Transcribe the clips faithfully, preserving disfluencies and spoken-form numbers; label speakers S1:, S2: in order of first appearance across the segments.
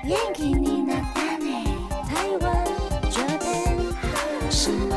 S1: 元気になったね台湾这边什么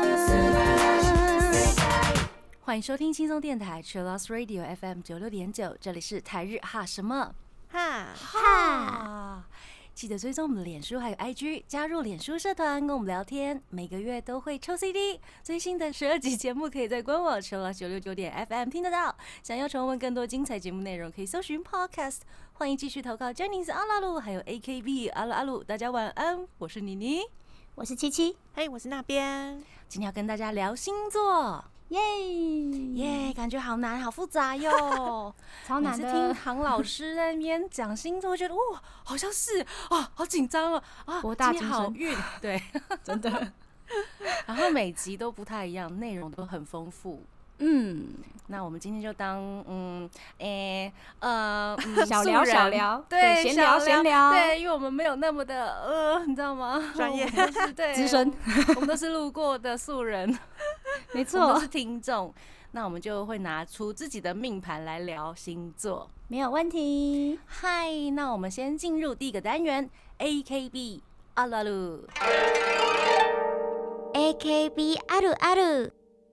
S2: 欢迎收听轻松电台 Chillus Radio F M 九六点九，这里是台日哈什么
S3: 哈
S2: 哈。记得追踪我们的脸书还有 I G， 加入脸书社团跟我们聊天，每个月都会抽 C D。最新的十二集节目可以在官网 Chillus 九六九点 F M 听得到。想要重温更多精彩节目内容，可以搜寻 Podcast。欢迎继续投稿 Jennings 阿拉鲁还有 A K B 阿鲁阿鲁，大家晚安，我是妮妮，
S1: 我是七七，
S3: 嘿，我是那边。
S2: 今天要跟大家聊星座。
S1: 耶
S2: 耶，感觉好难，好复杂哟，
S1: 超难的。
S2: 每次听唐老师在那边讲星座，觉得哇，好像是啊，好紧张哦啊，
S1: 博大精深，
S2: 好运，对，
S1: 真的。
S2: 然后每集都不太一样，内容都很丰富。
S1: 嗯，
S2: 那我们今天就当嗯诶、欸、呃、嗯、
S1: 小聊小聊，
S2: 对，
S1: 闲聊闲聊，
S2: 对，因为我们没有那么的呃，你知道吗？
S3: 专业，
S2: 对，
S1: 资深，
S2: 我们都是路过的素人，
S1: 没错，
S2: 我们都是听众。那我们就会拿出自己的命盘来聊星座，
S1: 没有问题。
S2: 嗨，那我们先进入第一个单元 A K B 阿鲁阿鲁
S1: A K B 阿鲁阿鲁。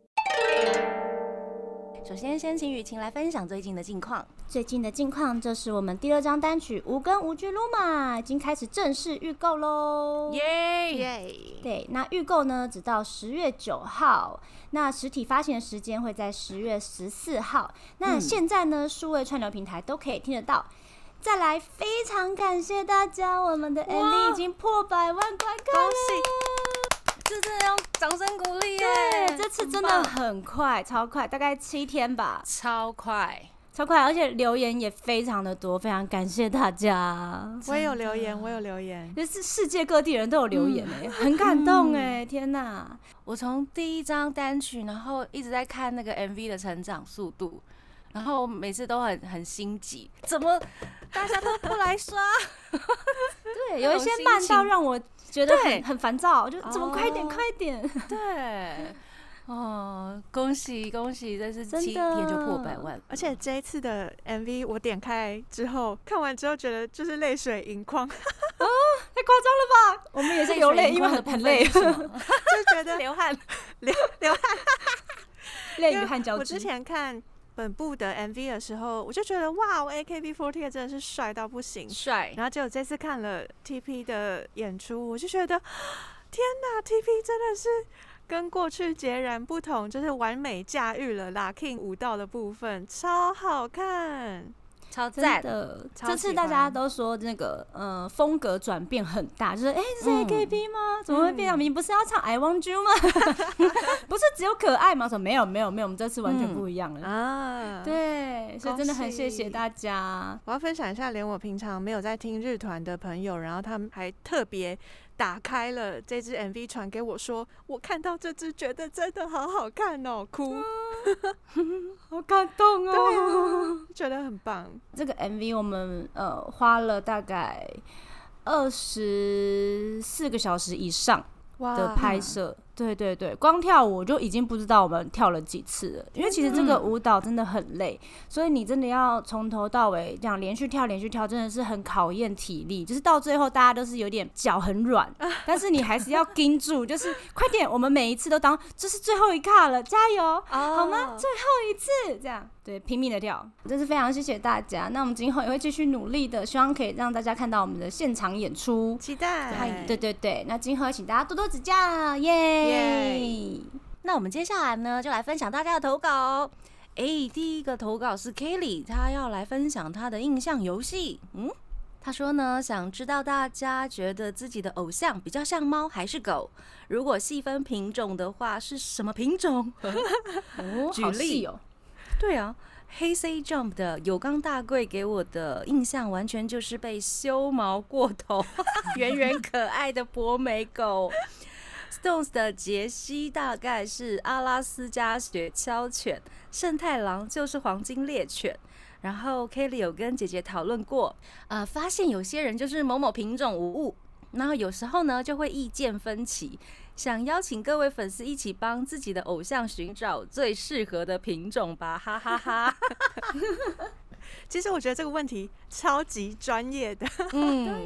S2: 首先，先请雨晴来分享最近的近况。
S1: 最近的近况，这是我们第二张单曲《无根无据 Luma》已经开始正式预购喽！
S2: 耶
S3: 耶！
S1: 对，那预购呢，只到十月九号，那实体发行的时间会在十月十四号。那现在呢，数位串流平台都可以听得到。再来，非常感谢大家，我们的 M V 已经破百万观看了，
S3: 恭喜！
S2: 这真的要掌声鼓励耶！
S1: 对，这次真的很快，超快，大概七天吧，
S2: 超快，
S1: 超快，而且留言也非常的多，非常感谢大家。
S3: 我也有留言，我有留言，
S1: 就是世界各地人都有留言哎、欸，嗯、很感动哎、欸，天哪！
S2: 我从第一张单曲，然后一直在看那个 M V 的成长速度，然后每次都很很心急，怎么大家都不来刷？
S1: 对，有一些慢到让我觉得很很烦躁，就怎么快一点，快一点。
S2: 对，哦，恭喜恭喜，这是七天就破百万，
S3: 而且这一次的 M V 我点开之后，看完之后觉得就是泪水盈眶，
S1: 哦，太夸张了吧？我们也是流泪，因为很很累，
S3: 就觉得
S2: 流汗，
S3: 流流汗，
S1: 泪与汗交织。
S3: 我之前看本部的 M V 的时候，我就觉得哇 ，A K B 四十八 真的是帅到不行，
S2: 帅。
S3: 然后结果这次看了 T P 的演出，我就觉得天哪 ，T P 真的是跟过去截然不同，就是完美驾驭了 Locking 舞蹈的部分，超好看。
S2: 超赞
S1: 的！这次大家都说那个呃风格转变很大，就是哎、欸，这是 A K B 吗？嗯、怎么会变？你不是要唱 I Want You 吗？不是只有可爱吗？说没有没有没有，我们这次完全不一样了、嗯、啊！对，所以真的很谢谢大家。
S3: 我要分享一下，连我平常没有在听日团的朋友，然后他们还特别打开了这支 M V 传给我说，我看到这支觉得真的好好看哦，哭，
S1: 好感动哦，
S3: 对啊，觉得很棒。
S1: 这个 M V 我们呃花了大概二十四个小时以上的拍摄，对对对，光跳舞就已经不知道我们跳了几次了，因为其实这个舞蹈真的很累，所以你真的要从头到尾这样连续跳连续跳，真的是很考验体力，就是到最后大家都是有点脚很软，但是你还是要盯住，就是快点，我们每一次都当这是最后一卡了，加油，哦、好吗？最后一次这样，对，拼命的跳，真是非常谢谢大家。那我们今后也会继续努力的，希望可以让大家看到我们的现场演出，
S3: 期待。
S1: 对对对，那今后请大家多多指教，耶、yeah!
S2: Yeah. 那我们接下来呢，就来分享大家的投稿。哎，第一个投稿是 Kelly， 他要来分享他的印象游戏。嗯，他说呢，想知道大家觉得自己的偶像比较像猫还是狗？如果细分品种的话，是什么品种？
S1: 哦，
S2: 举例
S1: 哦。
S2: 对啊。黑 C Jump 的有冈大贵给我的印象完全就是被修毛过头、圆圆可爱的博美狗。Stones 的杰西大概是阿拉斯加雪橇犬，圣太郎就是黄金猎犬。然后 Kelly 有跟姐姐讨论过，呃，发现有些人就是某某品种无误，然后有时候呢就会意见分歧。想邀请各位粉丝一起帮自己的偶像寻找最适合的品种吧，哈哈哈哈。
S3: 其实我觉得这个问题超级专业的，
S1: 嗯，对呀、啊。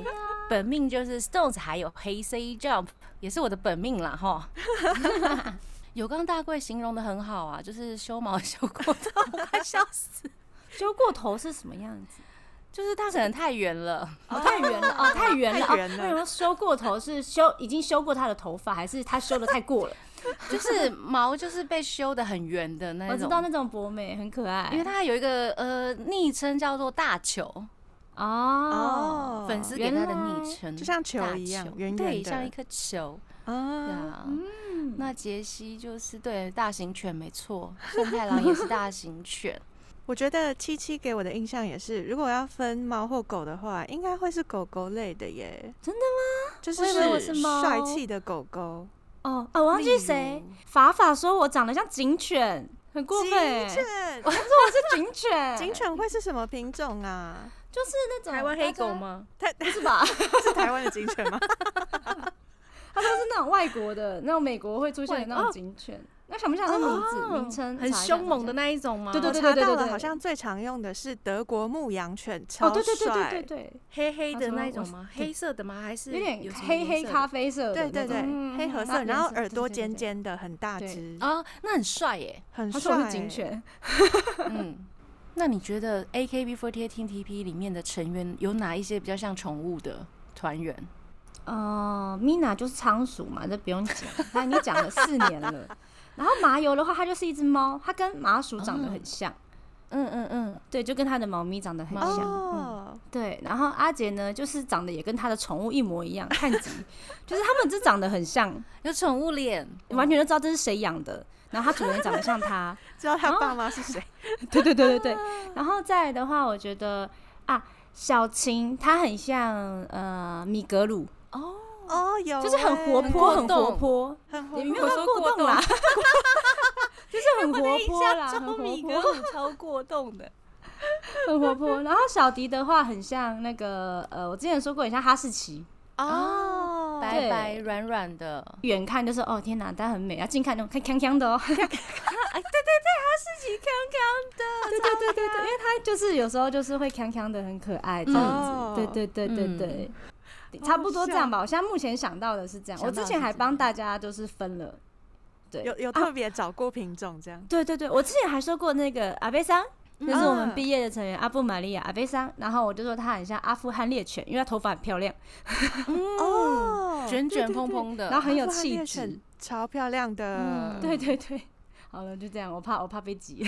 S2: 本命就是 Stones， 还有 Hey Jump 也是我的本命啦哈。有刚大贵形容的很好啊，就是修毛修过头，我快笑死。
S1: 修过头是什么样子？
S2: 就是他可能太圆了，
S1: 哦，太圆了，哦，太圆了，
S3: 太圆了。
S1: 为什么修过头是修已经修过他的头发，还是他修的太过了？
S2: 就是毛就是被修的很圆的那种。
S1: 我知道那种博美很可爱，
S2: 因为他有一个呃昵称叫做大球。
S1: 哦，
S2: 粉丝给他的昵称
S3: 就像球一样，圆圆的，
S2: 对，像一颗球。啊，嗯，那杰西就是对大型犬没错，圣太郎也是大型犬。
S3: 我觉得七七给我的印象也是，如果要分猫或狗的话，应该会是狗狗类的耶。
S1: 真的吗？
S3: 就是
S1: 是
S3: 帅气的狗狗。
S1: 哦哦，我忘记谁，法法说我长得像警犬，很过分。
S3: 警犬，
S1: 我说我是警犬。
S3: 警犬会是什么品种啊？
S1: 就是那种
S2: 台湾黑狗吗？
S1: 不是吧？
S3: 是台湾的警犬吗？
S1: 他说是那种外国的，那种美国会出现的那种警犬。那想不想那名字、哦、名称？
S2: 很凶猛的那一种吗？
S1: 对对对对对对，
S3: 我查到了，好像最常用的是德国牧羊犬，超帅。
S1: 哦，对对对对对对，
S2: 黑黑的那一种吗？黑色的吗？还是
S1: 有点黑黑咖啡色的？
S3: 对对对，嗯、黑褐色，然后耳朵尖尖的，很大只
S2: 啊，那很帅耶，
S3: 很帅。
S1: 是警犬。
S2: 嗯，那你觉得 A K B四十八 Team T P 里面的成员有哪一些比较像宠物的团员？
S1: 呃 ，Mina 就是仓鼠嘛，这不用讲，他已经讲了四年了。然后麻油的话，它就是一只猫，它跟麻薯长得很像。
S2: 嗯嗯嗯，
S1: 对，就跟它的猫咪长得很像。
S3: 哦、
S1: 嗯，对。然后阿杰呢，就是长得也跟他的宠物一模一样，看吉，就是他们这长得很像，
S2: 有宠物脸，
S1: 完全都知道这是谁养的。然后他主人长得像他，
S3: 知道他爸妈是谁。
S1: 对对对对对。然后再来的话，我觉得啊，小晴她很像呃米格鲁。
S3: 哦。哦，有，
S1: 就是很活泼，很活泼，
S3: 很活泼，
S1: 也没有到过动啦，就是很活泼啦，很活泼，
S2: 超过动的，
S1: 很活泼。然后小迪的话，很像那个呃，我之前说过，很像哈士奇
S2: 哦，白白软软的，
S1: 远看就是哦天哪，但很美啊，近看那种看锵锵的哦，
S2: 对对对，哈士奇锵锵的，
S1: 对对对对对，因为它就是有时候就是会锵锵的，很可爱这样子，对对对对对。差不多这样吧，我现在目前想到的是这样。我之前还帮大家就是分了，对，
S3: 有有特别找过品种这样。
S1: 对对对，我之前还说过那个阿贝桑，那是我们毕业的成员阿布玛利亚阿贝桑，然后我就说他很像阿富汗猎犬，因为他头发很漂亮，
S3: 哦，
S2: 卷卷蓬蓬的，
S1: 然后很有气质，
S3: 超漂亮的。
S1: 对对对，好了，就这样，我怕我怕被挤。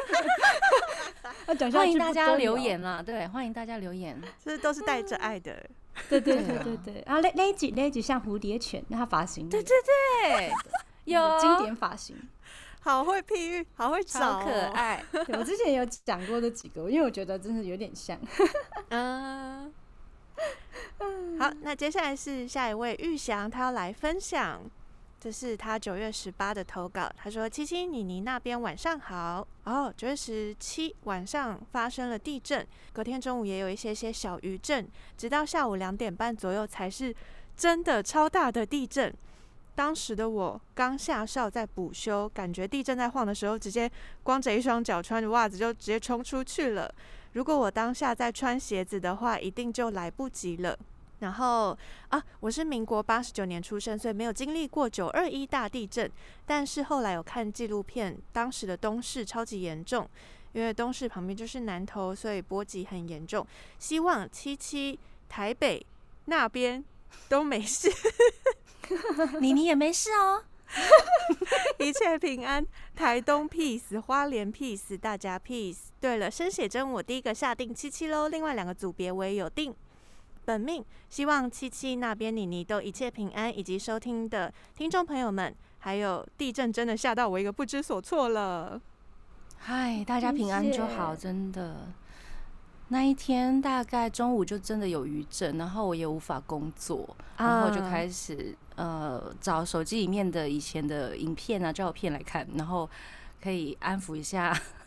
S2: 欢迎大家留言啦，对，欢迎大家留言，
S3: 这都是带着爱的。
S1: 对对对对对，然后那那一集那一集像蝴蝶犬，那它发型，
S2: 对对对，有
S1: 经典发型，
S3: 好会譬喻，好会找，
S2: 好可爱。
S1: 我之前有讲过这几个，因为我觉得真的有点像。
S3: 嗯，好，那接下来是下一位玉祥，他要来分享。这是他九月十八的投稿，他说：“七七妮妮那边晚上好哦。九月十七晚上发生了地震，隔天中午也有一些些小余震，直到下午两点半左右才是真的超大的地震。当时的我刚下校在补休，感觉地震在晃的时候，直接光着一双脚穿着袜子就直接冲出去了。如果我当下在穿鞋子的话，一定就来不及了。”然后啊，我是民国八十九年出生，所以没有经历过九二一大地震。但是后来有看纪录片，当时的东势超级严重，因为东势旁边就是南投，所以波及很严重。希望七七台北那边都没事，
S2: 妮妮也没事哦，
S3: 一切平安。台东 peace， 花莲 peace， 大家 peace。对了，生写真我第一个下定七七喽，另外两个组别我也有定。本命希望七七那边妮妮都一切平安，以及收听的听众朋友们，还有地震真的吓到我一个不知所措了。
S2: 嗨，大家平安就好，真的。那一天大概中午就真的有余震，然后我也无法工作，然后就开始呃找手机里面的以前的影片啊、照片来看，然后可以安抚一下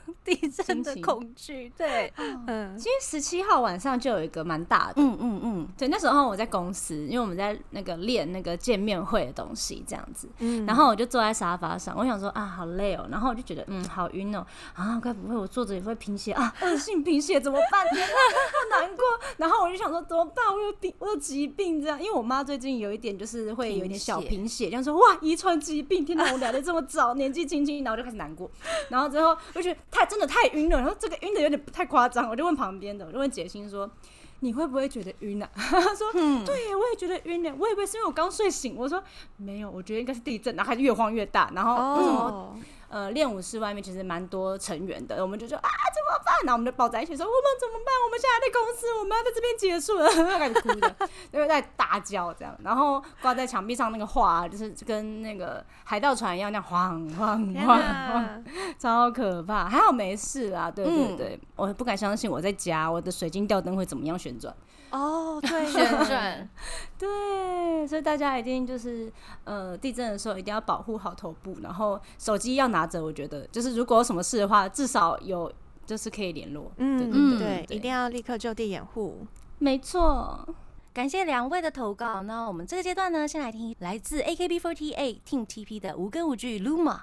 S2: 地震的恐惧。对，
S1: 嗯，其实十七号晚上就有一个蛮大的，
S2: 嗯嗯嗯，
S1: 对，那时候我在公司，因为我们在那个练那个见面会的东西这样子，
S3: 嗯，
S1: 然后我就坐在沙发上，我想说啊，好累哦，然后我就觉得嗯，好晕哦，啊，该不会我坐着也会贫血啊？恶性贫血怎么办？天哪，好难过。然后我就想说怎么办？我有病，我有疾病这样，因为我妈最近有一点就是会有一点小贫血，这样说哇，遗传疾病，天哪，我来的这么早，年纪轻轻，然后我就开始难过，然后之后我就觉得太真的太晕了，然后这个晕的有点太夸张，我就问旁边的，我就问杰心说。你会不会觉得晕啊？他说、嗯、对耶，我也觉得晕耶，我以为是因为我刚睡醒。我说没有，我觉得应该是地震，然后他就越晃越大。然后为什么、哦、呃练舞室外面其实蛮多成员的，我们就说啊怎么办？然后我们就抱在一起说我们怎么办？我们现在在公司，我们要在这边结束了，开始哭的，因为在大叫这样。然后挂在墙壁上那个画，就是跟那个海盗船一样，那样晃晃晃晃，超可怕。还好没事啦，对对对，嗯、我不敢相信我在家我的水晶吊灯会怎么样旋转。
S3: 哦，对，
S2: 旋转，
S1: 对，所以大家一定就是呃，地震的时候一定要保护好头部，然后手机要拿着。我觉得就是如果有什么事的话，至少有就是可以联络。
S3: 嗯，
S1: 对对 对,
S3: 对, 对，一定要立刻就地掩护。
S1: 没错，
S2: 感谢两位的投稿。那我们这个阶段呢，先来听来自 A K B forty-eight Team T P 的无根无据 Luma。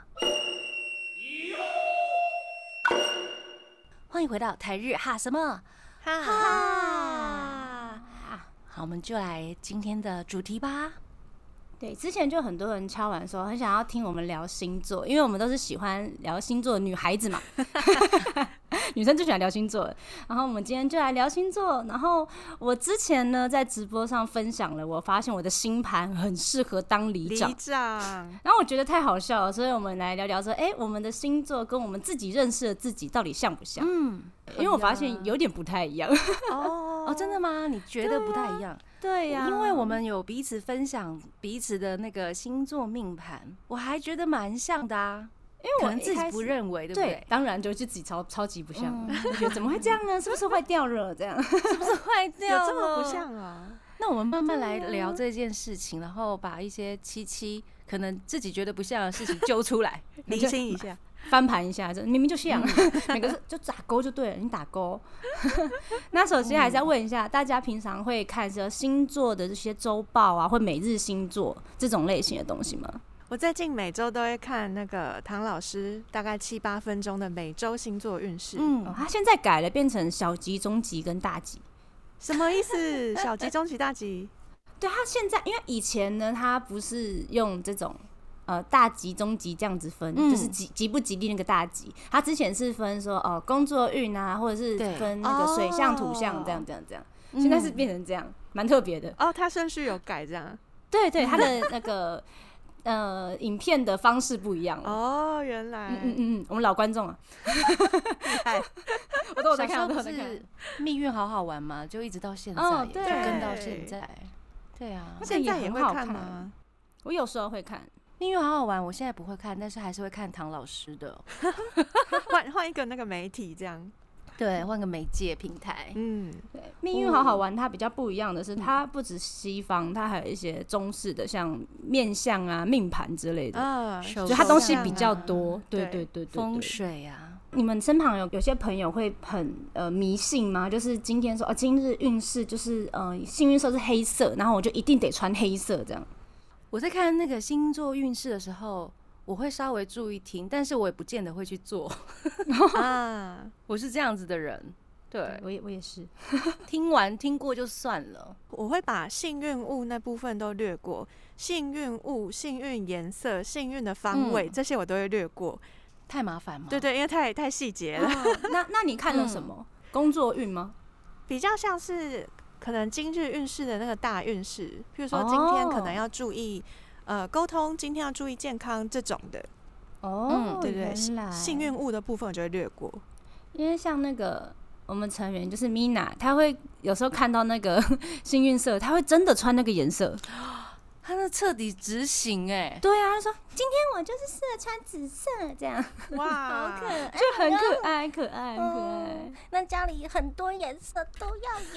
S2: 欢迎回到台日哈什么哈哈。好，我们就来今天的主题吧。
S1: 对，之前就很多人敲完说很想要听我们聊星座，因为我们都是喜欢聊星座的女孩子嘛，女生最喜欢聊星座了。然后我们今天就来聊星座。然后我之前呢在直播上分享了，我发现我的星盘很适合当里长。
S3: 里长，
S1: 然后我觉得太好笑了，所以我们来聊聊说，哎、欸，我们的星座跟我们自己认识的自己到底像不像？嗯，因为我发现有点不太一样。
S2: 哦哦，真的吗？你觉得不太一样？
S1: 对呀、啊，
S2: 因为我们有彼此分享彼此的那个星座命盘，我还觉得蛮像的啊。因为我可能自己不认为，对不对？
S1: 对，当然就自己超超级不像，嗯、我觉得怎么会这样呢？是不是坏掉了？这样是
S2: 不是坏掉了？
S3: 有这么不像啊？
S2: 那我们慢慢来聊这件事情，然后把一些七七可能自己觉得不像的事情揪出来，
S3: 厘清一下。
S1: 翻盘一下，明明就像，嗯、每个就打勾就对了，你打勾。那首先还是要问一下，大家平常会看这星座的这些周报啊，或每日星座这种类型的东西吗？
S3: 我最近每周都会看那个唐老师大概七八分钟的每周星座运势。
S1: 嗯、哦，他现在改了，变成小吉、中吉跟大吉。
S3: 什么意思？小吉、中吉、大吉？
S1: 对，他现在因为以前呢，他不是用这种。呃，大吉、中吉这样子分，嗯、就是吉吉不吉利那个大吉。他之前是分说哦、呃，工作运啊，或者是分那个水象、土象这样、这样、这样。现在是变成这样，蛮特别的。
S3: 哦，他顺序有改这样？
S1: 对对，他的那个呃影片的方式不一样了。
S3: 哦，原来。
S1: 嗯嗯嗯，我们老观众啊，厉害。我都有在看，我都有在看。
S2: 蜜月好好玩嘛，就一直到现在，哦、对，就跟到现在。对啊，
S3: 现在也会看吗？
S1: 我有时候会看。
S2: 蜜月好好玩，我现在不会看，但是还是会看唐老师的。
S3: 换换一个那个媒体这样，
S2: 对，换个媒介平台。
S3: 嗯，
S1: 对，蜜月好好玩，它比较不一样的是，它不止西方，它还有一些中式的，像面相啊、命盘之类的，啊，所以它东西比较多。啊、对对对对，
S2: 风水啊。
S1: 你们身旁有有些朋友会很呃迷信吗？就是今天说哦，今日运势就是呃幸运色是黑色，然后我就一定得穿黑色这样。
S2: 我在看那个星座运势的时候，我会稍微注意听，但是我也不见得会去做。啊，我是这样子的人，对，
S1: 我也我也是，
S2: 听完听过就算了。
S3: 我会把幸运物那部分都略过，幸运物、幸运颜色、幸运的方位、嗯、这些我都会略过。
S2: 太麻烦吗？
S3: 对对，因为太太细节了。
S1: 哦、那那你看了什么？嗯、工作运吗？
S3: 比较像是。可能今日运势的那个大运势，譬如说今天可能要注意、哦、呃沟通，今天要注意健康这种的。
S1: 哦，
S3: 嗯、对对，幸运物的部分我就会略过。
S1: 因为像那个我们成员就是 Mina， 她会有时候看到那个幸运色，她会真的穿那个颜色。
S2: 他那彻底执行哎、欸，
S1: 对啊，他说今天我就是适合穿紫色这样，
S3: 哇，
S2: 好可爱，
S1: 就很可爱，可爱，很可爱。
S2: 嗯、那家里很多颜色都要有。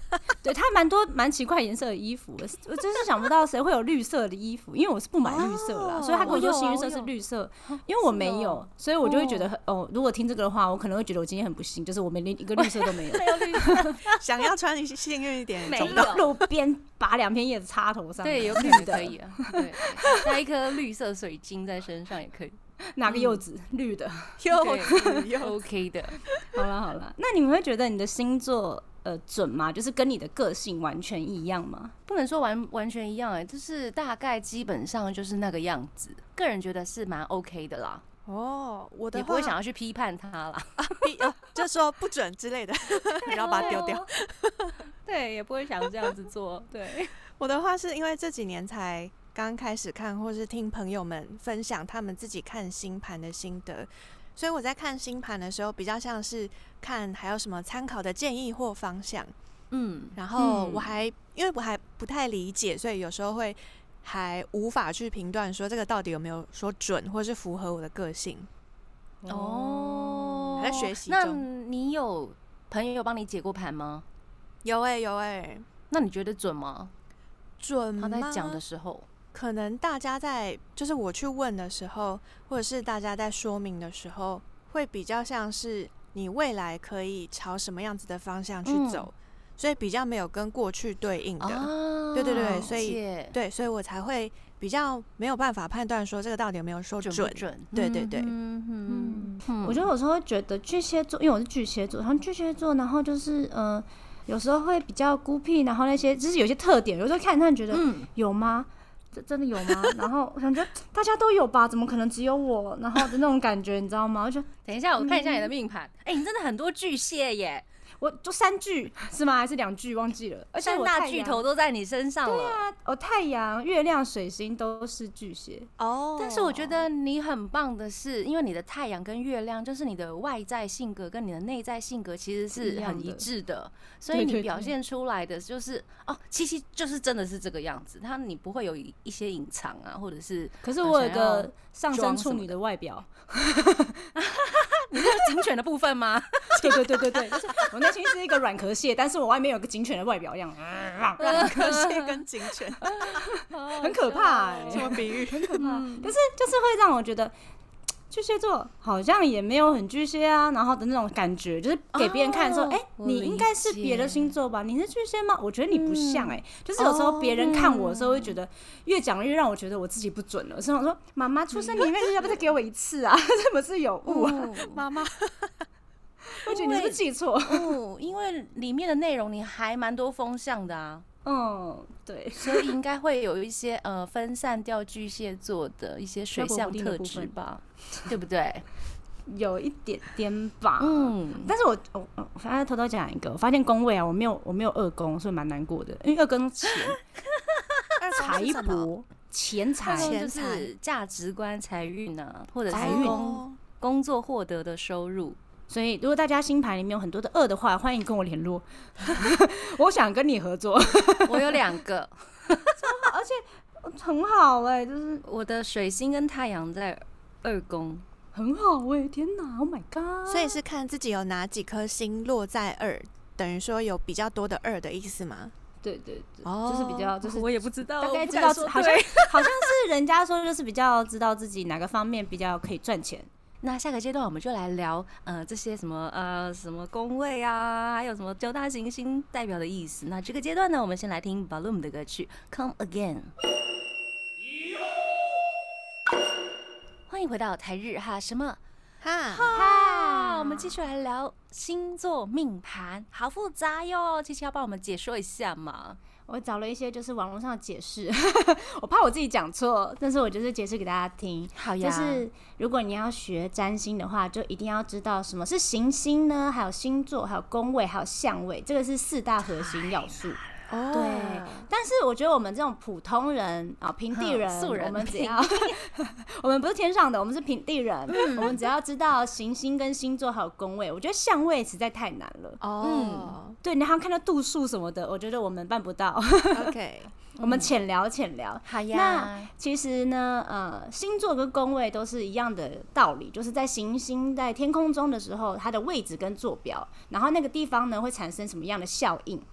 S1: 对，他蛮多蛮奇怪颜色的衣服的，我真是想不到谁会有绿色的衣服，因为我是不买绿色啦，哦、所以他跟我说幸运色是绿色，因为我没有，所以我就会觉得哦，如果听这个的话，我可能会觉得我今天很不幸，就是我们连一个绿色都没有，
S2: 没有绿色，
S3: 想要穿幸运一点，
S2: 没有
S1: 路边拔两片叶子插头上，
S2: 对，有绿的可以啊，对，带一颗绿色水晶在身上也可以。
S1: 拿个柚子、嗯、绿的
S3: 柚子柚
S2: OK 的。
S1: 好了好了，那你们会觉得你的星座呃准吗？就是跟你的个性完全一样吗？
S2: 不能说完完全一样哎、欸，就是大概基本上就是那个样子。个人觉得是蛮 OK 的啦。
S3: 哦，我的话
S2: 也不会想要去批判他啦，
S3: 啊，啊就说不准之类的，然后把它丢掉。
S2: 对，也不会想这样子做。对，
S3: 我的话是因为这几年才刚开始看，或是听朋友们分享他们自己看星盘的心得，所以我在看星盘的时候，比较像是看还有什么参考的建议或方向。嗯，然后我还、嗯、因为我还不太理解，所以有时候会还无法去评断说这个到底有没有说准，或是符合我的个性。
S2: 哦，
S3: 还在学习中。
S2: 那你有朋友帮你解过盘吗？
S3: 有哎、欸、有哎、欸。
S2: 那你觉得准吗？
S3: 准吗？
S2: 他在讲的时候。
S3: 可能大家在就是我去问的时候，或者是大家在说明的时候，会比较像是你未来可以朝什么样子的方向去走，嗯、所以比较没有跟过去对应的。哦、对对对，所以对，所以我才会比较没有办法判断说这个到底有没有说准。
S2: 准不准？
S3: 对对对。
S1: 嗯嗯嗯。我觉得有时候会觉得巨蟹座，因为我是巨蟹座，然后巨蟹座，然后就是呃，有时候会比较孤僻，然后那些就是有些特点，有时候看他觉得、嗯、有吗？这真的有吗？然后我感觉大家都有吧，怎么可能只有我？然后的那种感觉，你知道吗？我就
S2: 等一下，我看一下你的命盘。哎、嗯欸，你真的很多巨蟹耶！
S1: 我就三巨是吗？还是两巨？忘记了。而且
S2: 三大巨头都在你身上了。
S1: 对啊，我太阳、月亮、水星都是巨蟹
S2: 哦。但是我觉得你很棒的是，因为你的太阳跟月亮，就是你的外在性格跟你的内在性格其实是很一致的，所以你表现出来的就是对对对哦，七七就是真的是这个样子，他你不会有一些隐藏啊，或者是。
S1: 可是我有个上升处女的外表。
S2: 你是警犬的部分吗？
S1: 对对对对对，就是我内心是一个软壳蟹，但是我外面有个警犬的外表一样。
S3: 软壳蟹跟警犬，
S1: 很可怕哎、欸，
S3: 什么比喻？
S1: 很可怕。嗯、但是就是会让我觉得巨蟹座好像也没有很巨蟹啊，然后的那种感觉，就是给别人看说，哎、哦欸，你应该是别的星座吧？你是巨蟹吗？我觉得你不像哎、欸，嗯、就是有时候别人看我的时候会觉得，越讲越让我觉得我自己不准了。所以我说，妈妈出生里面要不要再给我一次啊？是不是有误啊？妈妈。我觉得你是不是记错？
S2: 哦，因为里面的内容你还蛮多风向的啊。
S1: 嗯，对，
S2: 所以应该会有一些呃分散掉巨蟹座的一些水象特质吧，对不对？
S1: 有一点点吧。嗯，但是我我我反正偷偷讲一个，我发现宫位啊，我没有我没有二宫，所以蛮难过的，因为二宫钱财帛钱财
S2: 就是价值观、财运啊，或者是工工作获得的收入。
S1: 所以，如果大家星盘里面有很多的二的话，欢迎跟我联络。我想跟你合作。
S2: 我有两个，
S1: 而且很好哎、欸，就是
S2: 我的水星跟太阳在二宫，
S1: 很好哎、欸！天哪 ，Oh my god！
S3: 所以是看自己有哪几颗星落在二，等于说有比较多的二的意思吗？
S1: 对对对，哦、就是比较，就是
S2: 我也不知道，
S1: 大概知道，好像好像是人家说，就是比较知道自己哪个方面比较可以赚钱。
S2: 那下个阶段我们就来聊呃这些什么呃什么宫位啊，还有什么九大行星代表的意思。那这个阶段呢，我们先来听 Balloon 的歌曲 Come Again。欢迎回到台日哈什么哈哈，我们继续来聊星座命盘，好复杂哟。琪琪要帮我们解说一下吗？
S1: 我找了一些就是网络上的解释，我怕我自己讲错，但是我就是解释给大家听。
S2: 好呀，就是
S1: 如果你要学占星的话，就一定要知道什么是行星呢？还有星座，还有宫位，还有相位，这个是四大核心要素。哦，对，但是我觉得我们这种普通人啊，平地人，
S2: 素人，
S1: 我们只要我们不是天上的，我们是平地人，嗯、我们只要知道行星跟星座还有宫位，我觉得相位实在太难了。哦，嗯，对，你还要看到度数什么的，我觉得我们办不到。
S3: OK，
S1: 我们浅聊浅聊。
S2: 好呀。
S1: 那其实呢，呃，星座跟宫位都是一样的道理，就是在行星在天空中的时候，它的位置跟坐标，然后那个地方呢会产生什么样的效应。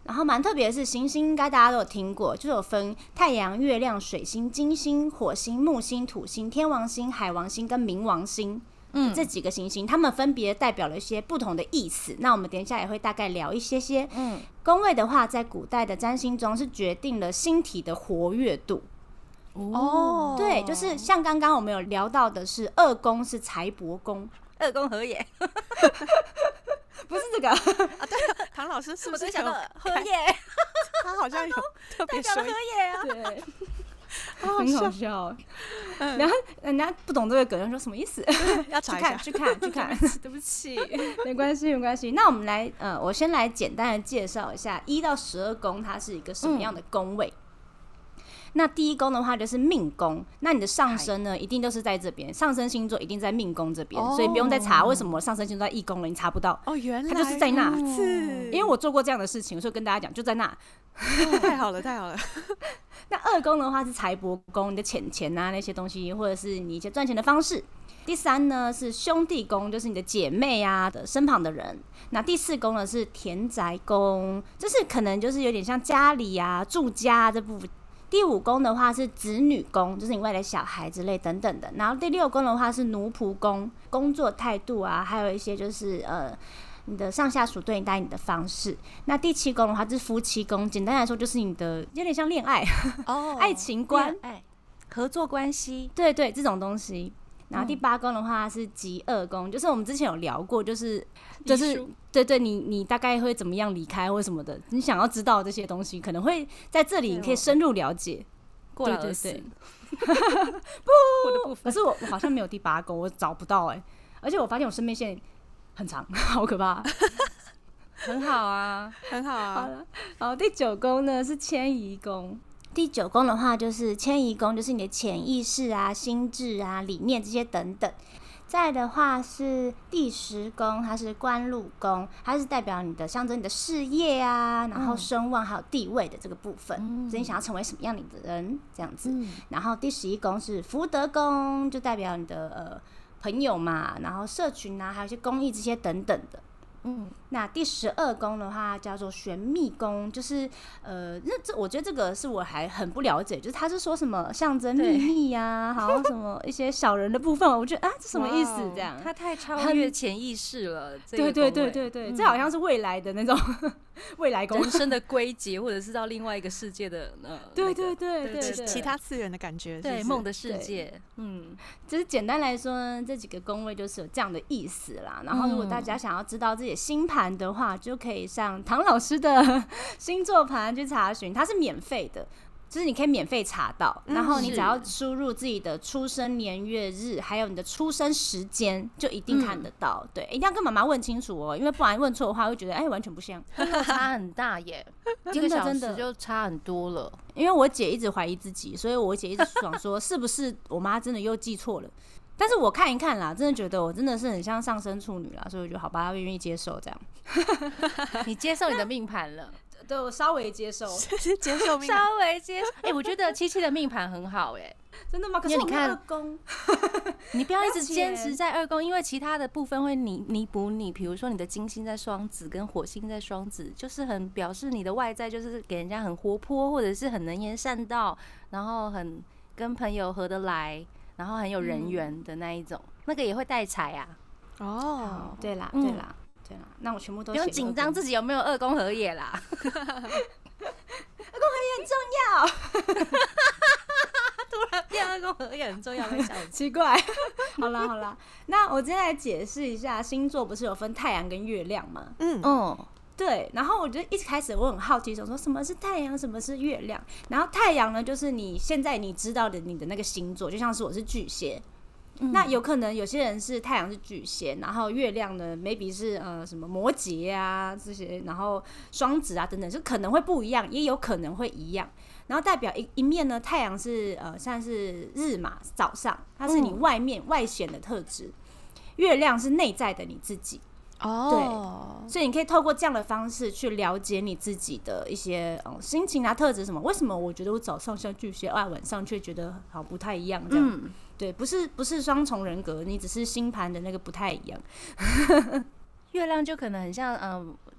S1: 然后蛮特别的是，行星应该大家都有听过，就有分太阳、月亮、水星、金星、火星、木星、土星、天王星、海王星跟冥王星。嗯，这几个行星，它们分别代表了一些不同的意思。那我们等一下也会大概聊一些些。嗯，宫位的话，在古代的占星中是决定了星体的活跃度。哦，对，就是像刚刚我们有聊到的是二宫是财帛宫，
S2: 二宫和也。
S1: 不是这个啊，
S3: 对，唐老师是不是
S2: 想到和也？
S3: 他好像有特别说
S2: 和也啊，
S1: 对，很好笑。然后人家不懂这个梗，说什么意思？
S3: 要查一下，
S1: 去看，去看，
S3: 对不起，
S1: 没关系，没关系。那我们来，呃，我先来简单的介绍一下一到十二宫它是一个什么样的宫位。那第一宫的话就是命宫，那你的上升呢一定都是在这边，上升星座一定在命宫这边，所以不用再查为什么我上升星座在一宫了，你查不到。
S3: 哦，原来
S1: 它就是在那，
S3: 因
S1: 为我做过这样的事情，所以跟大家讲就在那。
S3: 哦、太好了，太好了。
S1: 那二宫的话是财帛宫，你的钱钱啊那些东西，或者是你一些赚钱的方式。第三呢是兄弟宫，就是你的姐妹啊的身旁的人。那第四宫呢是田宅宫，就是可能就是有点像家里啊住家这部分。第五宫的话是子女宫，就是你未来小孩之类等等的。然后第六宫的话是奴仆宫，工作态度啊，还有一些就是呃你的上下属对你待你的方式。那第七宫的话是夫妻宫，简单来说就是你的有点像恋爱哦，爱情观、
S2: 爱合作关系，
S1: 对对这种东西。然后第八宫的话是疾厄宫，就是我们之前有聊过，就是就是对对，你你大概会怎么样离开或什么的，你想要知道这些东西，可能会在这里你可以深入了解。
S2: 过了对对对，
S1: 不，可是我我好像没有第八宫，我找不到哎、欸，而且我发现我生命线很长，好可怕。
S2: 很好啊，
S3: 很好啊。
S1: 好了，好，第九宫呢是迁移宫。第九宫的话就是迁移宫，就是你的潜意识啊、心智啊、理念这些等等。再来的话是第十宫，它是官禄宫，它是代表你的象征你的事业啊，然后声望还有地位的这个部分，嗯、所以你想要成为什么样的人这样子。嗯、然后第十一宫是福德宫，就代表你的呃朋友嘛，然后社群啊，还有一些公益这些等等的。嗯，那第十二宫的话叫做玄秘宫，就是呃，那这我觉得这个是我还很不了解，就是他是说什么象征秘密呀、啊，好像什么一些小人的部分，我觉得啊，这什么意思？这样，
S2: 他太超越潜意识了。
S1: 对对对对对，嗯、这好像是未来的那种未来宫，
S2: 人生的归结，或者是到另外一个世界的呃，
S1: 对对对对
S3: 对, 对，其他次元的感觉，
S2: 对梦的世界。嗯，
S1: 就是简单来说呢，这几个宫位就是有这样的意思啦。然后如果大家想要知道自己的星盘的话，就可以上唐老师的星座盘去查询，它是免费的，就是你可以免费查到，然后你只要输入自己的出生年月日，还有你的出生时间，就一定看得到。嗯、对，一定要跟妈妈问清楚哦，因为不然问错的话，会觉得哎、欸、完全不像，
S2: 差很大耶，一个小时就差很多了。
S1: 因为我姐一直怀疑自己，所以我姐一直想说，是不是我妈真的又记错了？但是我看一看啦，真的觉得我真的是很像上升处女啦，所以我觉得好吧，她愿意接受这样。
S2: 你接受你的命盘了？
S1: 对，我稍微接受，
S3: 接受命盘，
S2: 稍微接受。哎、欸，我觉得七七的命盘很好、欸，哎，
S1: 真的吗？可是我没有二宫，
S2: 你不要一直坚持在二宫，因为其他的部分会弥弥补你。比如说你的金星在双子，跟火星在双子，就是很表示你的外在就是给人家很活泼，或者是很能言善道，然后很跟朋友合得来。然后很有人缘的那一种，嗯、那个也会带财啊。
S1: 哦，对啦，对啦，嗯、对啦，那我全部都不
S2: 用紧张自己有没有二宫合也啦。
S1: 二宫合也很重要。
S2: 突然变二宫合也很重要，会想
S1: 奇怪。好啦好啦，那我今天来解释一下星座，不是有分太阳跟月亮吗？嗯嗯。对，然后我就一开始我很好奇，想说什么是太阳，什么是月亮。然后太阳呢，就是你现在你知道的你的那个星座，就像是我是巨蟹，嗯、那有可能有些人是太阳是巨蟹，然后月亮呢 maybe 是呃什么摩羯啊这些，然后双子啊等等，就可能会不一样，也有可能会一样。然后代表一一面呢，太阳是呃像是日嘛，早上它是你外面、嗯、外显的特质，月亮是内在的你自己。哦，对，所以你可以透过这样的方式去了解你自己的一些、嗯、心情啊、特质什么。为什么我觉得我早上像巨蟹，啊晚上却觉得好不太一样？这样，嗯、对，不是不是双重人格，你只是星盘的那个不太一样。
S2: 月亮就可能很像，嗯，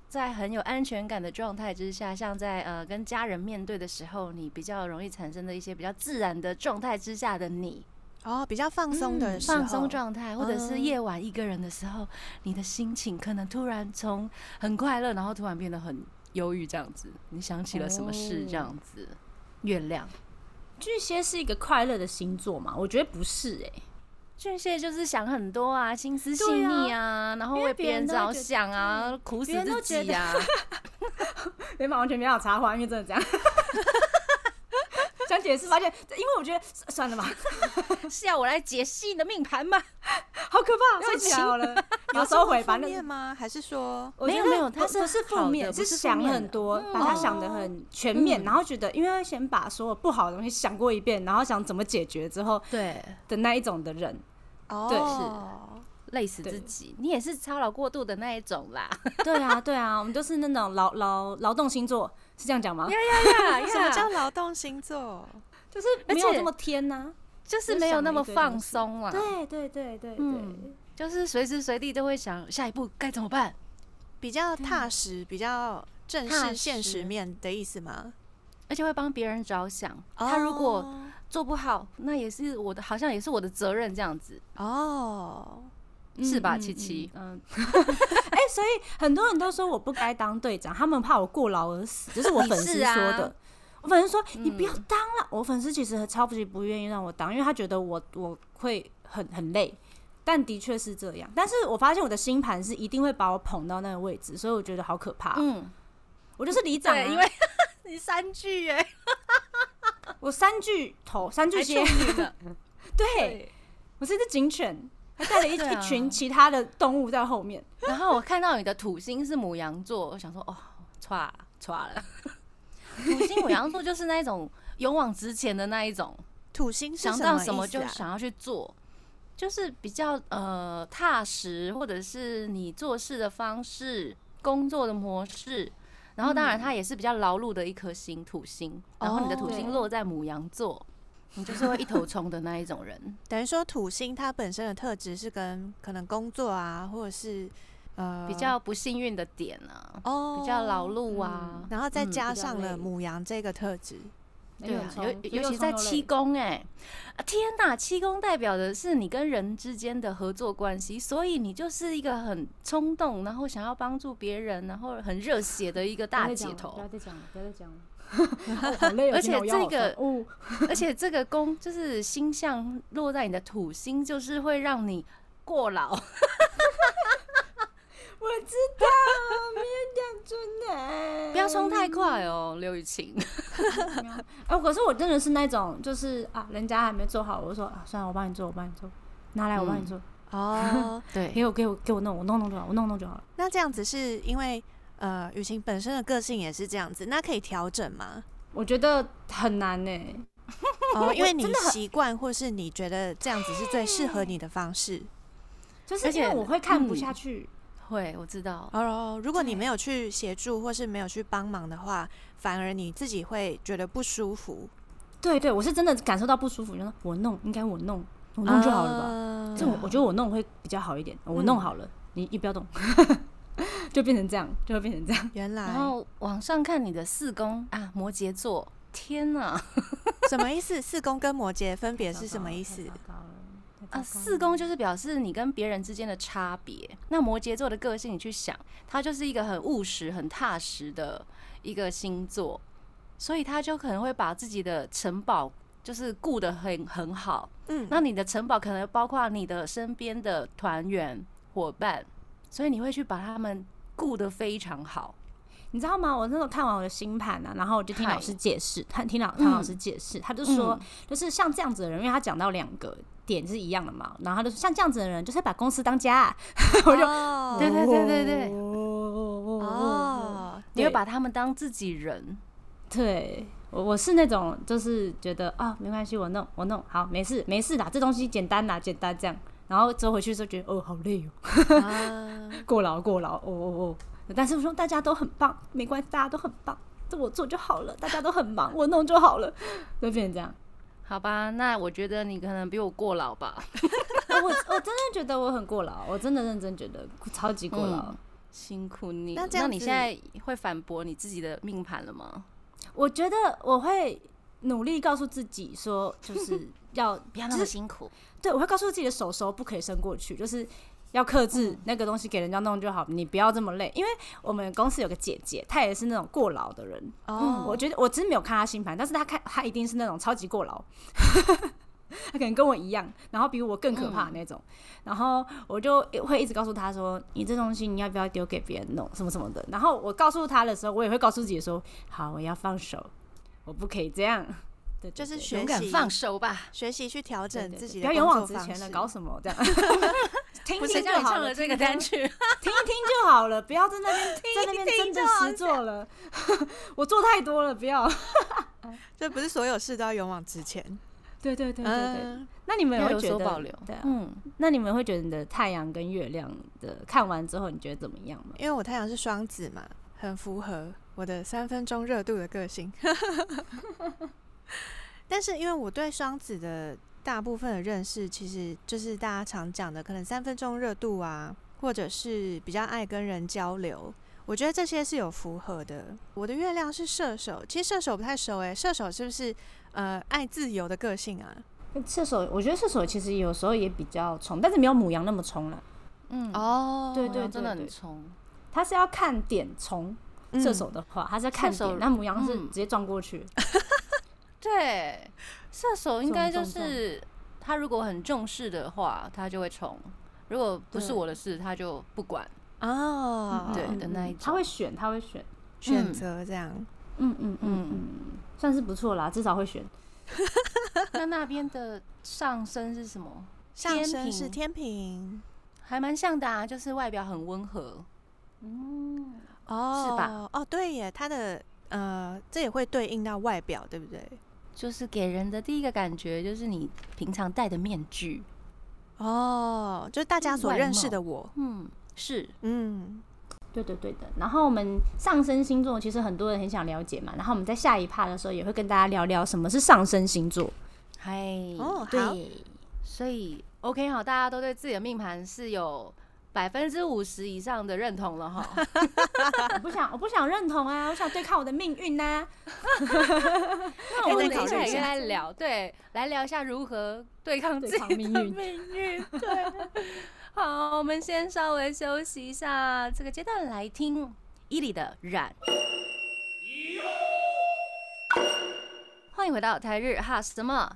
S2: 在很有安全感的状态之下，像在呃跟家人面对的时候，你比较容易产生的一些比较自然的状态之下的你。
S3: 哦，比较放松的时候，
S2: 放松状态，或者是夜晚一个人的时候，嗯、你的心情可能突然从很快乐，然后突然变得很忧郁，这样子。你想起了什么事？这样子。哦、月亮，
S1: 巨蟹是一个快乐的星座嘛？我觉得不是哎、欸。
S2: 巨蟹就是想很多啊，心思细腻啊，啊然后为别人着想啊，苦死自己啊。
S1: 没法完全没法插话，因为真的这样。想解释，发现因为我觉得算了吧，
S2: 是要我来解析你的命盘吗？
S1: 好可怕，收起来好了，有收回吧。
S3: 负面吗？还是说
S2: 没有没有，它是
S1: 不是负面，是想很多，嗯、把它想得很全面，嗯、然后觉得因为先把所有不好的东西想过一遍，然后想怎么解决之后，
S2: 对
S1: 的那一种的人，
S3: 哦，
S1: 对
S2: 是。累死自己，你也是操劳过度的那一种啦。
S1: 对啊，对啊，我们都是那种劳劳劳动星座，是这样讲吗？
S2: 呀呀呀！
S3: 什么叫劳动星座？
S1: 就是没有这么天呐、啊，
S2: 就是没有那么放松啊。
S1: 对对对对对，
S2: 嗯、就是随时随地都会想下一步该怎么办，
S3: 比较踏实，比较正视现实面的意思吗？
S2: 而且会帮别人着想，哦、他如果做不好，那也是我的，好像也是我的责任这样子。
S3: 哦。
S2: 是吧，七七？
S1: 嗯，哎、欸，所以很多人都说我不该当队长，他们怕我过劳而死，这是我粉丝说的。啊、我粉丝说、嗯、你不要当了，我粉丝其实超级不愿意让我当，因为他觉得我我会很很累，但的确是这样。但是我发现我的星盘是一定会把我捧到那个位置，所以我觉得好可怕。嗯，我就是里长、啊，
S2: 因为你三巨耶，
S1: 我三巨头三巨蟹，对，我是一只警犬。还带了 一,、啊、一群其他的动物在后面，
S2: 然后我看到你的土星是牡羊座，我想说哦，歘歘了。土星牡羊座就是那一种勇往直前的那一种，
S3: 土星是什么意思啊？
S2: 想到什么就想要去做，就是比较呃踏实，或者是你做事的方式、工作的模式。然后当然它也是比较劳碌的一颗星，土星。然后你的土星落在牡羊座。你就是会一头冲的那一种人，
S3: 等于说土星它本身的特质是跟可能工作啊，或者是呃
S2: 比较不幸运的点啊，哦，比较劳碌啊、
S3: 嗯，然后再加上了牡羊这个特质，
S2: 嗯、对啊，尤尤其在七宫哎，天哪，七宫代表的是你跟人之间的合作关系，所以你就是一个很冲动，然后想要帮助别人，然后很热血的一个大姐头。
S1: 不要再讲了，不要再讲了。哦、好累，
S2: 而且这个，
S1: 哦、
S2: 而且这个宫就是星象落在你的土星，就是会让你过劳。我知
S1: 道，没有讲真的，
S2: 不要冲太快哦，刘雨晴。
S1: 哎、哦，可是我真的是那种，就是啊，人家还没做好，我就说啊，算了，我帮你做，我帮你做，拿来我帮你做。
S2: 嗯、哦，对，
S1: 给我给我给我弄，我弄弄就好，我弄弄就好了。
S3: 那这样子是因为？呃，雨晴本身的个性也是这样子，那可以调整吗？
S1: 我觉得很难呢、欸。
S3: 哦，因为你习惯，或是你觉得这样子是最适合你的方式，
S1: 就是因为我会看不下去。
S2: 嗯、会，我知道。
S3: 哦，如果你没有去协助，或是没有去帮忙的话，反而你自己会觉得不舒服。
S1: 对对，我是真的感受到不舒服，就说我弄，应该我弄，我弄就好了吧？呃、这我我觉得我弄会比较好一点，我弄好了，嗯、你你不要动。就变成这样，就会变成这样。
S3: 原来，
S2: 然后往上看你的四宫啊，摩羯座，天哪，
S3: 什么意思？四宫跟摩羯分别是什么意思？
S2: 啊，四宫就是表示你跟别人之间的差别。那摩羯座的个性，你去想，他就是一个很务实、很踏实的一个星座，所以他就可能会把自己的城堡就是顾得很很好。嗯，那你的城堡可能包括你的身边的团员、伙伴。所以你会去把他们顾得非常好，
S1: 你知道吗？我那时候看完我的星盘啊，然后我就听老师解释，他听老唐老师解释，他就说，嗯、就是像这样子的人，因为他讲到两个点是一样的嘛，然后他就说像这样子的人，就是把公司当家、啊，我就，
S2: 哦、对对对对对，哦，你会把他们当自己人，
S1: 对。我我是那种就是觉得啊，没关系，我弄我弄好，没事没事啦，这东西简单啦，简单这样。然后之后回去的时候觉得哦好累哦，啊、过劳过劳哦哦哦，但是我说大家都很棒，没关系，大家都很棒，这我做就好了，大家都很忙，我弄就好了，就变成这样。
S2: 好吧，那我觉得你可能比我过劳吧。
S1: 我我真的觉得我很过劳，我真的认真觉得超级过劳。嗯
S2: 辛苦你。
S3: 那这样子，
S2: 那你现在会反驳你自己的命盘了吗？
S1: 我觉得我会努力告诉自己说，就是要
S2: 不要那么辛苦。
S1: 对，我会告诉自己的手手不可以伸过去，就是要克制那个东西给人家弄就好，你不要这么累。因为我们公司有个姐姐，她也是那种过劳的人。哦，我觉得我只是没有看她星盘，但是她看她一定是那种超级过劳。他可能跟我一样，然后比我更可怕的那种，嗯、然后我就会一直告诉他说：“你这东西你要不要丢给别人弄什么什么的。”然后我告诉他的时候，我也会告诉自己说：“好，我要放手，我不可以这样。”对，
S3: 就是学习
S2: 勇敢放手吧，
S3: 学习去调整自己的
S1: 不要勇往
S3: 直
S1: 前了，搞什么这样？听
S2: 听
S1: 听就好了，
S2: 这个单曲，听
S1: 一听就好了，不要在那边在那边真的实做了。我做太多了，不要。
S3: 这不是所有事都要勇往直前。
S1: 对对对对对，嗯、那你们会觉得
S2: 有所保留？
S1: 对啊，嗯，那你们会觉得你的太阳跟月亮的看完之后，你觉得怎么样吗？
S3: 因为我太阳是双子嘛，很符合我的三分钟热度的个性。但是因为我对双子的大部分的认识，其实就是大家常讲的，可能三分钟热度啊，或者是比较爱跟人交流。我觉得这些是有符合的。我的月亮是射手，其实射手不太熟哎、欸，射手是不是呃爱自由的个性啊？
S1: 射手，我觉得射手其实有时候也比较冲，但是没有牡羊那么冲了。
S2: 嗯，
S3: 哦，
S1: 对 对, 對，
S2: 真的很冲。
S1: 他是要看点冲，射手的话，他是要看点，那牡羊是直接撞过去。嗯、
S2: 对，射手应该就是他如果很重视的话，他就会冲；如果不是我的事，他就不管。
S3: 哦，
S2: 对的那一种，
S1: 他会选，他会选
S3: 选择这样，
S1: 嗯嗯嗯嗯，算是不错啦，至少会选。
S2: 那那边的上升是什么？
S3: 上升是天秤，
S2: 还蛮像的啊，就是外表很温和。
S3: 嗯，哦，
S2: 是吧？
S3: 哦，对耶，他的呃，这也会对应到外表，对不对？
S2: 就是给人的第一个感觉就是你平常戴的面具。
S3: 哦，就是大家所认识的我，
S2: 嗯。是，
S1: 嗯，对的对的。然后我们上升星座其实很多人很想了解嘛，然后我们在下一趴的时候也会跟大家聊聊什么是上升星座。
S2: 嗨，
S3: 哦，
S2: 对，所以 OK 好，大家都对自己的命盘是有百分之五十以上的认同了哈。
S1: 我不想，我不想认同啊，我想对抗我的命运呐、啊。
S2: 那我们等一下也可以来聊，对，来聊一下如何对抗自己的命运。对。好，我们先稍微休息一下，这个阶段来听伊里的染。欢迎回到台日哈什么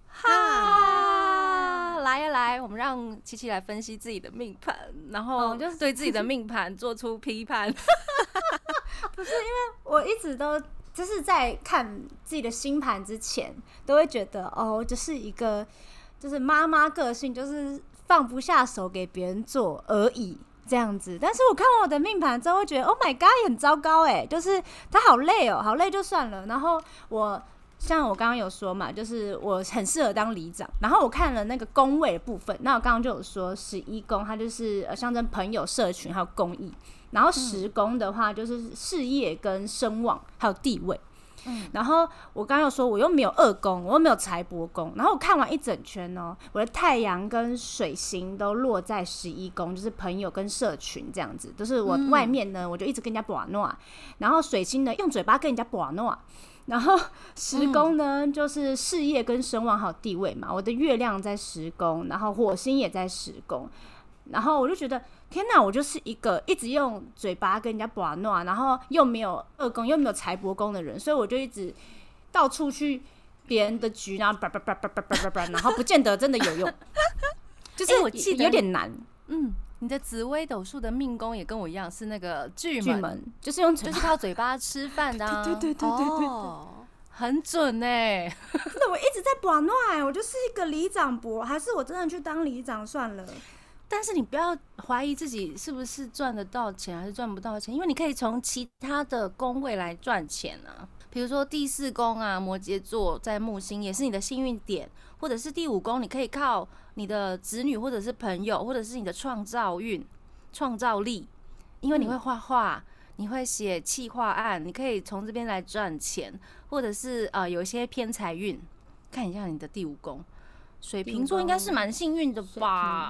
S2: 哈，来呀来，我们让琪琪来分析自己的命盘，然后就是对自己的命盘做出批判。
S1: 不是因为我一直都就是在看自己的星盘之前，都会觉得哦，就是一个就是妈妈个性，就是放不下手给别人做而已这样子。但是我看完我的命盘之后会觉得 Oh my god 也很糟糕哎，就是他好累哦，好累就算了。然后我像我刚刚有说嘛，就是我很适合当里长，然后我看了那个宫位的部分，那我刚刚就有说十一宫它就是象征朋友、社群还有公益，然后十宫的话就是事业跟声望还有地位。嗯、然后我刚刚又说我又没有二宫，我又没有财帛宫，然后我看完一整圈哦，我的太阳跟水星都落在十一宫，就是朋友跟社群这样子，就是我外面呢我就一直跟人家把诺，然后水星呢用嘴巴跟人家把诺，然后十宫呢、嗯、就是事业跟声望还有地位嘛，我的月亮在十宫，然后火星也在十宫，然后我就觉得天哪，我就是一个一直用嘴巴跟人家把诺，然后又没有二宫又没有财帛宫的人，所以我就一直到处去别人的局，然后叭叭叭叭叭叭叭，然后不见得真的有用，就是我记得有点难。
S2: 嗯，你的紫微斗数的命宫也跟我一样，是那个巨门，
S1: 门就是用
S2: 就是靠嘴巴吃饭的、啊，
S1: 对对对对对对，
S2: 哦、很准哎、欸！
S1: 真的，我一直在把诺哎，我就是一个里长伯，还是我真的去当里长算了。
S2: 但是你不要怀疑自己是不是赚得到钱还是赚不到钱，因为你可以从其他的宫位来赚钱啊。比如说第四宫啊，摩羯座在木星也是你的幸运点，或者是第五宫，你可以靠你的子女或者是朋友，或者是你的创造运、创造力，因为你会画画，你会写企划案，你可以从这边来赚钱，或者是呃有一些偏财运。看一下你的第五宫，水瓶座应该是蛮幸运的吧？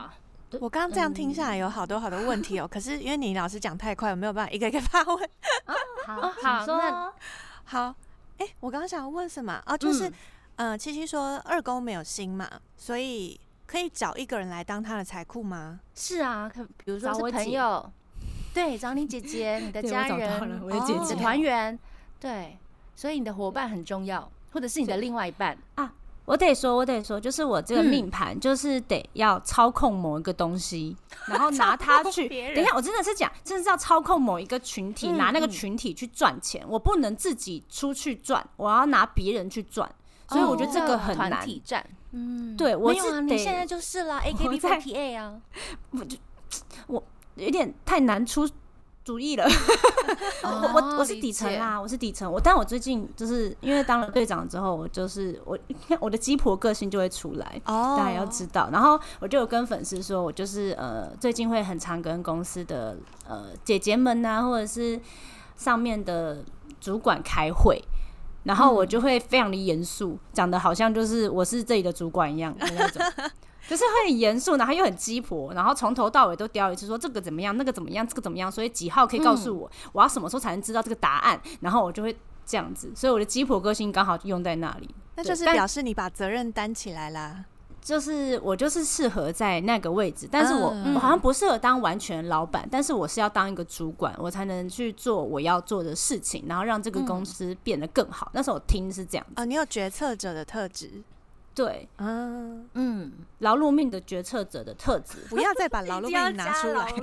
S3: 我刚刚这样听下来有好多好多问题哦、喔，可是因为你老师讲太快，我没有办法一个一个发问。
S1: 哦、好，
S2: 好，
S1: 请说。
S3: 好，哎、欸，我刚刚想问什么？哦，就是，嗯、呃，七七说二宫没有星嘛，所以可以找一个人来当他的财库吗？
S2: 是啊，比如说是朋友，对，找你姐姐、你的家人、
S1: 我的姐姐、
S2: 你的团员，对，所以你的伙伴很重要，或者是你的另外一半
S1: 啊。我得说，我得说，就是我这个命盘，就是得要操控某一个东西，嗯、然后拿它去。等一下，我真的是讲，真的是要操控某一个群体，嗯、拿那个群体去赚钱。嗯、我不能自己出去赚，我要拿别人去赚。所以我觉得这个很难。
S2: 团体战，嗯，
S1: 对，我是
S2: 没有啊，你现在就是啦 ，A K B 四十八 啊，
S1: 我就我有点太难出主意了。
S2: 哦、
S1: 我我是底层啦，我是底层。我但我最近就是因为当了队长之后，我就是我我的鸡婆个性就会出来，哦、大家要知道。然后我就有跟粉丝说，我就是呃最近会很常跟公司的呃姐姐们啊，或者是上面的主管开会。然后我就会非常的严肃，讲的好像就是我是这里的主管一样的那种，就是会很严肃，然后又很鸡婆，然后从头到尾都叼一次说这个怎么样，那个怎么样，这个怎么样，所以几号可以告诉我，嗯、我要什么时候才能知道这个答案，然后我就会这样子，所以我的鸡婆个性刚好用在那里。
S3: 那就是表示你把责任担起来啦。
S1: 就是我就是适合在那个位置，但是我、嗯、我好像不适合当完全老板，但是我是要当一个主管，我才能去做我要做的事情，然后让这个公司变得更好。嗯、那时候我听是这样子。
S3: 哦，你有决策者的特质。
S1: 对，嗯嗯，劳碌命的决策者的特质。
S3: 不要再把劳碌命拿出来。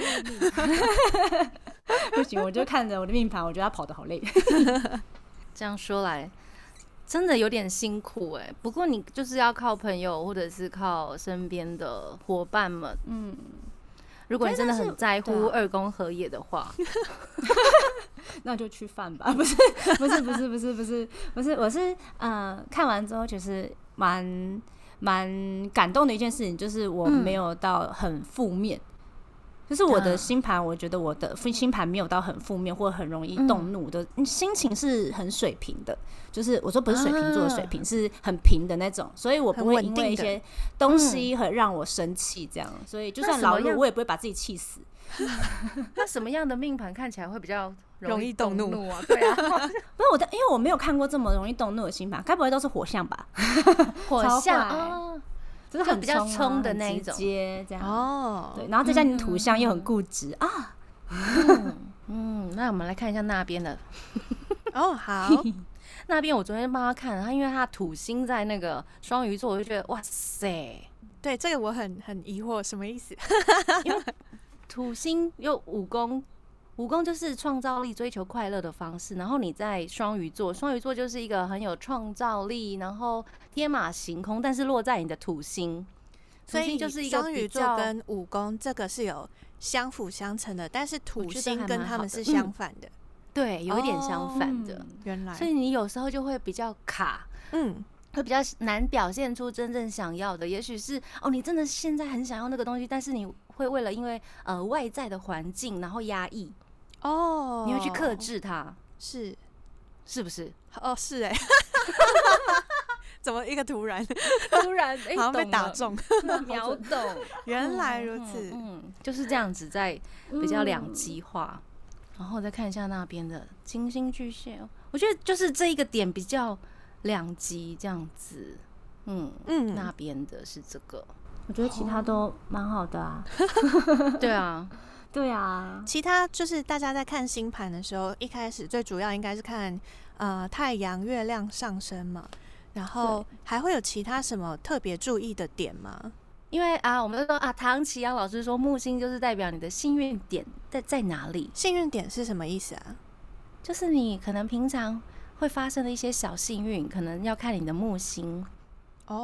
S1: 不行，我就看着我的命盘，我觉得他跑得好累。
S2: 这样说来。真的有点辛苦哎、欸，不过你就是要靠朋友或者是靠身边的伙伴们，嗯，如果你真的很在乎二宫和也的话，
S1: 那就去饭吧，不是不是不是不是不是不是，我是呃看完之后就是蛮蛮感动的一件事情，就是我没有到很负面。嗯就是我的星盘，我觉得我的星盘没有到很负面或很容易动怒的、嗯、心情是很水平的。就是我说不是水瓶座的水平，啊、是很平的那种，所以我不会因为一些东西很让我生气，这样。嗯、所以就算劳碌，我也不会把自己气死。
S2: 那什么样的命盘看起来会比较容易动怒啊？
S1: 对啊，不是我的，因为我没有看过这么容易动怒的星盘，该不会都是火象吧？
S2: 火象啊。
S1: 就是很
S2: 比较冲的那一种，
S1: 直接这样
S2: 哦。
S1: 对，然后再加你土象又很固执、嗯、啊。
S2: 嗯, 嗯，那我们来看一下那边的。
S3: 哦，好。
S2: 那边我昨天帮他看了，他因为他土星在那个双鱼座，我就觉得哇塞。
S3: 对，这个我很很疑惑，什么意思？
S2: 因为土星又五宫。五宫就是创造力、追求快乐的方式，然后你在双鱼座，双鱼座就是一个很有创造力，然后天马行空，但是落在你的土星，
S3: 所以就是一个双鱼座跟五宫这个是有相辅相成的，但是土星跟他们是相反的，
S2: 嗯、对，有一点相反的、哦
S3: 嗯。原来，
S2: 所以你有时候就会比较卡，嗯，会比较难表现出真正想要的。也许是哦，你真的现在很想要那个东西，但是你会为了因为呃外在的环境，然后压抑。哦，你会去克制它，
S3: 是
S2: 是不是？
S3: 哦，是哎、欸，怎么一个突然
S2: 突然、欸、
S3: 好像被打中，
S2: 秒懂，
S3: 原来如此，
S2: 嗯，嗯就是这样子，在比较两极化、嗯，然后再看一下那边的金星巨蟹，我觉得就是这一个点比较两极这样子，嗯嗯，那边的是这个，
S1: 我觉得其他都蛮好的啊，
S2: 对啊。
S1: 对啊，
S3: 其他就是大家在看星盘的时候，一开始最主要应该是看呃太阳、月亮上升嘛，然后还会有其他什么特别注意的点吗？
S2: 因为啊，我们都说啊，唐启阳老师说木星就是代表你的幸运点在在哪里？
S3: 幸运点是什么意思啊？
S2: 就是你可能平常会发生的一些小幸运，可能要看你的木星。哦、oh. ，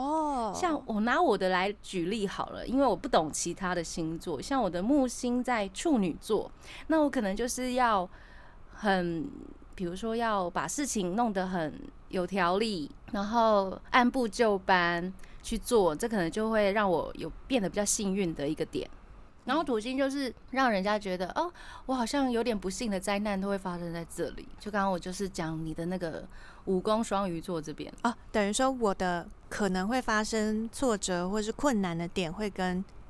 S2: 像我拿我的来举例好了，因为我不懂其他的星座。像我的木星在处女座，那我可能就是要很，比如说要把事情弄得很有条理，然后按部就班去做，这可能就会让我有变得比较幸运的一个点。然后土星就是让人家觉得哦，我好像有点不幸的灾难都会发生在这里。就刚刚我就是讲你的那个五宫双鱼座这边
S3: 哦，等于说我的可能会发生挫折或是困难的点会跟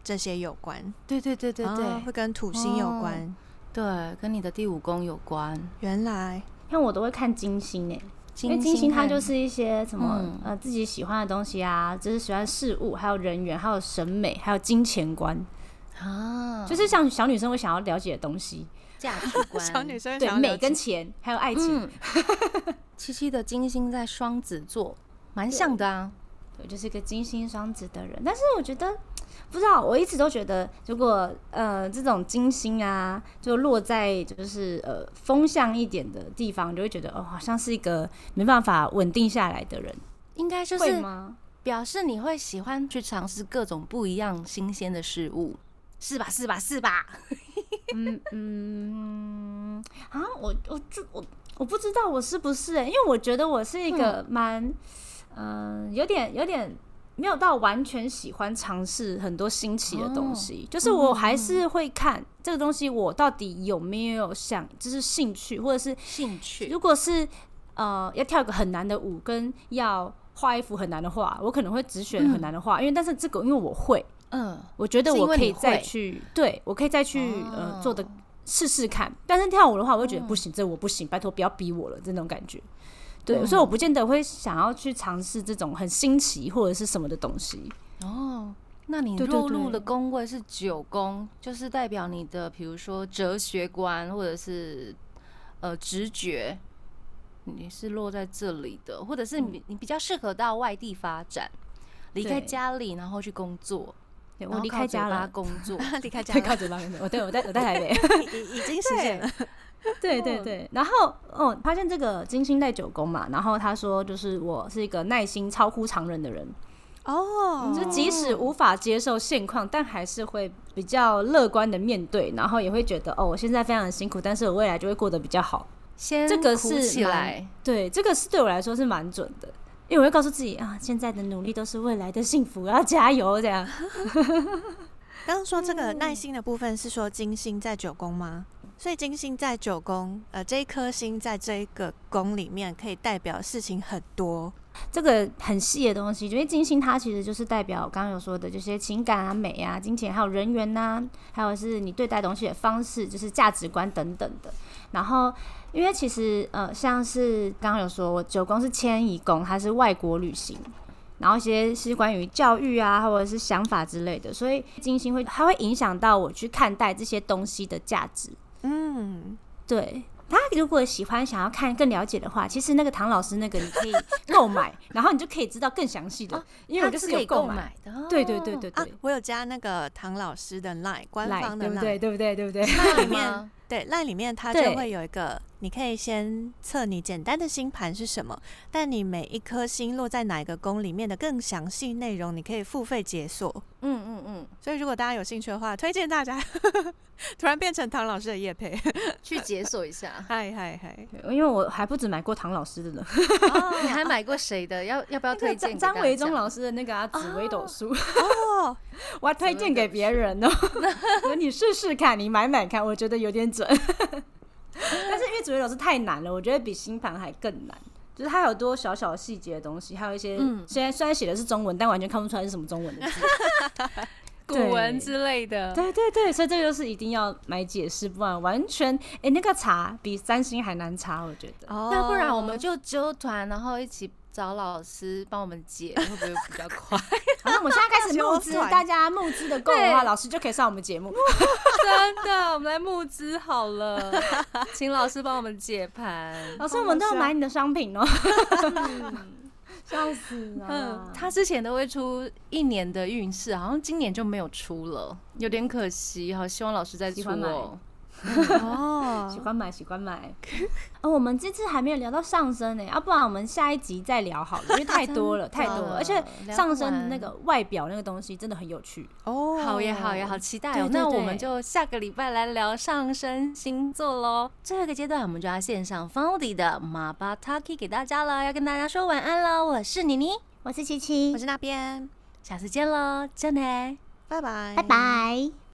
S3: 这些有关。
S2: 对对对对对，
S3: 哦、会跟土星有关、哦，
S2: 对，跟你的第五宫有关。
S3: 原来，
S1: 像我都会看金星诶。因为金星它就是一些什么、嗯、呃自己喜欢的东西啊，就是喜欢事物，还有人缘，还有审美，还有金钱观啊，就是像小女生会想要了解的东西，
S2: 价值观，
S3: 小女生
S1: 对美跟钱还有爱情。
S2: 嗯、七七的金星在双子座，蛮像的啊。
S1: 对，就是一个金星双子的人，但是我觉得。不知道，我一直都觉得，如果呃这种金星啊，就落在就是呃风向一点的地方，就会觉得哦，好像是一个没办法稳定下来的人。
S2: 应该就是表示你会喜欢去尝试各种不一样新鲜的事物，是吧？是吧？是吧？
S1: 嗯嗯啊，我我就我我不知道我是不是、欸，因为我觉得我是一个蛮嗯、呃、有点有点。没有到完全喜欢尝试很多新奇的东西、哦、就是我还是会看这个东西我到底有没有想就是兴趣，或者是
S2: 兴趣
S1: 如果是呃要跳一个很难的舞跟要画一幅很难的画，我可能会只选很难的画、嗯、因为但是这个因为我会嗯，我觉得我可以再去对我可以再去、哦、呃做的试试看，但是跳舞的话我会觉得不行、嗯、这我不行，拜托不要逼我了这种感觉。对、嗯，所以我不见得会想要去尝试这种很新奇或者是什么的东西。
S2: 哦，那你落入的宫位是九宫，就是代表你的，比如说哲学观或者是呃直觉，你是落在这里的，或者是你你比较适合到外地发展，离开家里然后去工作。
S1: 对，我离开家了，
S2: 工作，
S3: 离开家了，
S1: 靠嘴巴工作。我对我在我在台北，
S3: 已已经实现了。
S1: 对对对，然后哦，发现这个金星在九宫嘛，然后他说就是我是一个耐心超乎常人的人哦，就即使无法接受现况，但还是会比较乐观的面对，然后也会觉得哦，我现在非常的辛苦，但是我未来就会过得比较好。
S2: 先
S1: 这个是
S2: 起来，
S1: 对，这个是对我来说是蛮准的，因为我会告诉自己啊，现在的努力都是未来的幸福，要加油这样。
S3: 刚刚说这个耐心的部分是说金星在九宫吗？所以金星在九宫，呃，这一颗星在这一个宫里面，可以代表事情很多。
S1: 这个很细的东西，因为金星它其实就是代表刚刚有说的这些情感啊、美啊、金钱，还有人缘呐、啊，还有是你对待东西的方式，就是价值观等等的。然后，因为其实呃，像是刚刚有说，我九宫是迁移宫，它是外国旅行。然后一些是关于教育啊，或者是想法之类的，所以金星会它会影响到我去看待这些东西的价值。嗯，对。他如果喜欢想要看更了解的话，其实那个唐老师那个你可以购买，然后你就可以知道更详细的、哦，因为我就是有购买的。哦、对对对对对、
S3: 啊，我有加那个唐老师的 LINE 官方的 LINE，
S1: 对不对？对不对？对不对
S3: ？LINE 里面对 LINE 里面它就会有一个，你可以先测你简单的星盘是什么，但你每一颗星落在哪一个宫里面的更详细内容，你可以付费解锁。嗯嗯嗯。所以如果大家有兴趣的话，推荐大家突然变成唐老师的业配
S2: 去解锁一下。
S3: 嗨嗨嗨！
S1: 因为我还不止买过唐老师的呢，
S2: 哦、你还买过谁的？要要不要推荐给大家？
S1: 张维忠老师的那个啊紫微斗数哦，我还推荐给别人哦。你试试看，你买买看，我觉得有点准。但是因为紫微斗数太难了，我觉得比星盘还更难。就是它有多小小细节的东西，还有一些、嗯、现在虽然写的是中文，但完全看不出来是什么中文的字。
S2: 古文之类的，
S1: 对对对，所以这个就是一定要买解释，不然完全哎、欸、那个查比三星还难查，我觉得。
S2: 哦，要不然我们就揪团，然后一起找老师帮我们解，会不会比较快？
S1: 然后我们现在开始募资，大家募资的够的话，老师就可以上我们节目。
S2: 真的，我们来募资好了，请老师帮我们解盘。
S1: 老师，我们都要买你的商品哦。笑死了、
S2: 嗯！他之前都会出一年的运势，好像今年就没有出了，有点可惜。好，希望老师再出哦。
S1: 哦，喜欢买，喜欢买。哦，我们这次还没有聊到上升呢，要、啊、不然我们下一集再聊好了，因为太多了，太多了，而且上升的那个外表那个东西真的很有趣
S2: 哦。好耶，好耶，好期待哦！对对对，那我们就下个礼拜来聊上升星座喽。最后一个阶段，我们就要献上 Foundy 的 Mabataki 给大家了，要跟大家说晚安了。我是妮妮，
S1: 我是七七，
S3: 我是那边，
S2: 下次见喽，真的，
S3: 拜拜，
S1: 拜拜。